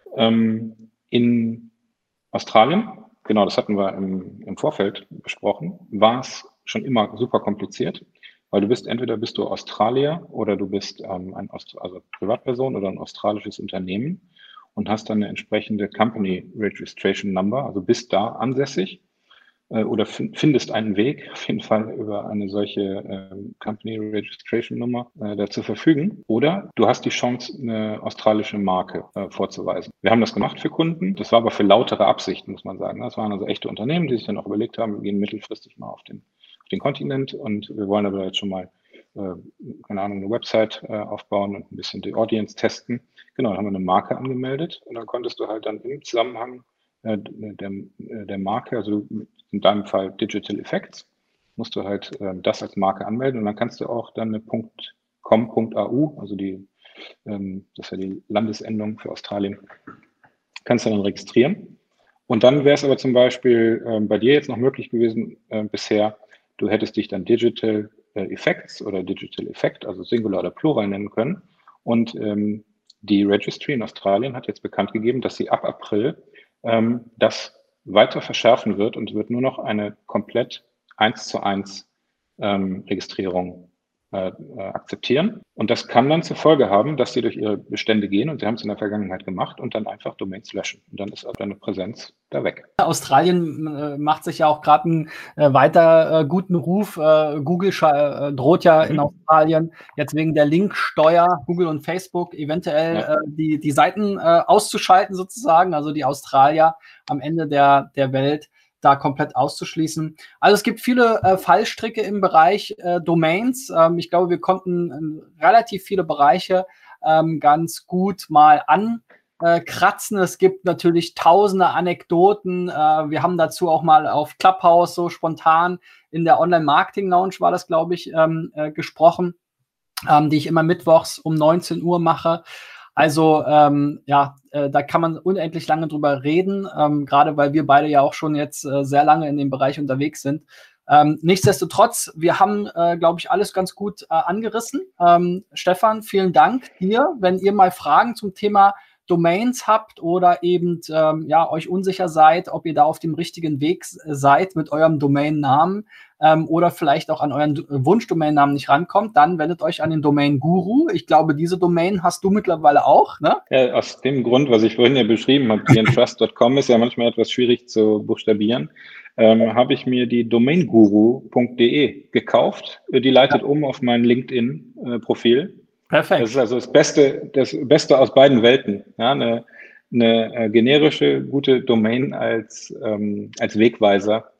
In Australien, genau, das hatten wir im Vorfeld besprochen, war es schon immer super kompliziert. Weil entweder bist du Australier oder du bist also Privatperson oder ein australisches Unternehmen. und hast dann eine entsprechende Company Registration Number, also bist da ansässig oder findest einen Weg, auf jeden Fall über eine solche Company Registration Nummer da zu verfügen. Oder du hast die Chance, eine australische Marke vorzuweisen. Wir haben das gemacht für Kunden. Das war aber für lautere Absichten, muss man sagen. Das waren also echte Unternehmen, die sich dann auch überlegt haben, wir gehen mittelfristig mal auf den Kontinent und wir wollen aber jetzt schon mal, keine Ahnung, eine Website aufbauen und ein bisschen die Audience testen. Genau, dann haben wir eine Marke angemeldet und dann konntest du halt dann im Zusammenhang der Marke, also in deinem Fall Digital Effects, musst du halt das als Marke anmelden und dann kannst du auch dann eine .com.au, also das ist ja die Landesendung für Australien, kannst du dann registrieren. Und dann wäre es aber zum Beispiel bei dir jetzt noch möglich gewesen bisher, du hättest dich dann Digital Effects oder Digital Effect, also Singular oder Plural nennen können. Und die Registry in Australien hat jetzt bekannt gegeben, dass sie ab April das weiter verschärfen wird und wird nur noch eine komplett 1:1 Registrierung akzeptieren. Und das kann dann zur Folge haben, dass sie durch ihre Bestände gehen, und sie haben es in der Vergangenheit gemacht, und dann einfach Domains löschen. Und dann ist auch deine Präsenz da weg. Australien macht sich ja auch gerade einen weiter guten Ruf. Google droht ja in Australien jetzt wegen der Linksteuer, Google und Facebook eventuell die Seiten auszuschalten sozusagen, also die Australier am Ende der Welt da komplett auszuschließen. Also es gibt viele Fallstricke im Bereich Domains. Ich glaube, wir konnten relativ viele Bereiche ganz gut mal kratzen. Es gibt natürlich tausende Anekdoten. Wir haben dazu auch mal auf Clubhouse so spontan in der Online-Marketing-Lounge war das, glaube ich, gesprochen, die ich immer mittwochs um 19 Uhr mache. Also da kann man unendlich lange drüber reden, gerade weil wir beide ja auch schon jetzt sehr lange in dem Bereich unterwegs sind. Nichtsdestotrotz, wir haben, glaube ich, alles ganz gut angerissen. Stefan, vielen Dank dir. Wenn ihr mal Fragen zum Thema Domains habt oder eben euch unsicher seid, ob ihr da auf dem richtigen Weg seid mit eurem Domainnamen oder vielleicht auch an euren Wunschdomainnamen nicht rankommt, dann wendet euch an den Domain-Guru. Ich glaube, diese Domain hast du mittlerweile auch, ne? Ja, aus dem Grund, was ich vorhin ja beschrieben habe, dntrust.com ist ja manchmal etwas schwierig zu buchstabieren, habe ich mir die domainguru.de gekauft. Die leitet um auf mein LinkedIn-Profil. Perfekt. Das ist also das Beste aus beiden Welten. Ja, eine generische, gute Domain als Wegweiser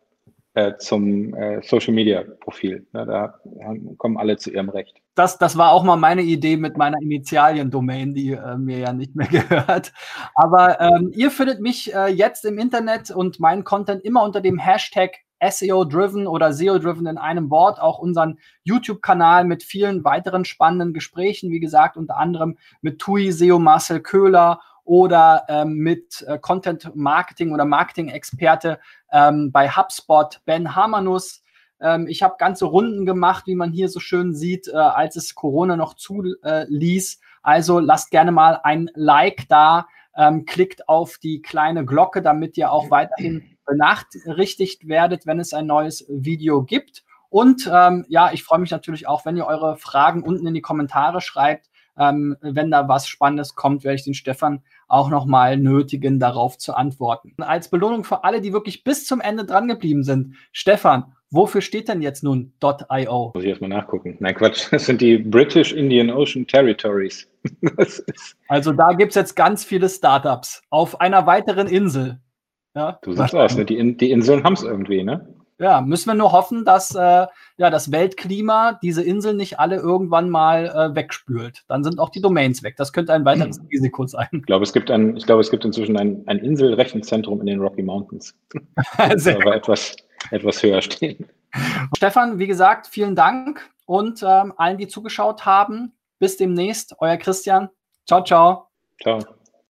zum Social-Media-Profil. Ja, da kommen alle zu ihrem Recht. Das war auch mal meine Idee mit meiner Initialien-Domain, die mir ja nicht mehr gehört. Aber ihr findet mich jetzt im Internet und meinen Content immer unter dem Hashtag SEO-driven oder SEO-driven in einem Wort, auch unseren YouTube-Kanal mit vielen weiteren spannenden Gesprächen, wie gesagt, unter anderem mit TUI, SEO Marcel Köhler oder mit Content-Marketing oder Marketing-Experte bei HubSpot Ben Hamanus. Ich habe ganze Runden gemacht, wie man hier so schön sieht, als es Corona noch zuließ. Also lasst gerne mal ein Like da, klickt auf die kleine Glocke, damit ihr auch weiterhin benachrichtigt werdet, wenn es ein neues Video gibt. Und ich freue mich natürlich auch, wenn ihr eure Fragen unten in die Kommentare schreibt. Wenn da was Spannendes kommt, werde ich den Stefan auch nochmal nötigen, darauf zu antworten. Als Belohnung für alle, die wirklich bis zum Ende dran geblieben sind. Stefan, wofür steht denn jetzt nun .io? Muss ich erstmal nachgucken. Nein, Quatsch. Das sind die British Indian Ocean Territories. Also da gibt es jetzt ganz viele Startups auf einer weiteren Insel. Ja, du siehst aus, ne? Die Inseln haben es irgendwie, ne? Ja, müssen wir nur hoffen, dass das Weltklima diese Inseln nicht alle irgendwann mal wegspült. Dann sind auch die Domains weg. Das könnte ein weiteres Risiko sein. Ich glaube, es gibt inzwischen ein Inselrechenzentrum in den Rocky Mountains. Das aber etwas höher stehen. Stefan, wie gesagt, vielen Dank und allen, die zugeschaut haben. Bis demnächst. Euer Christian. Ciao, ciao. Ciao.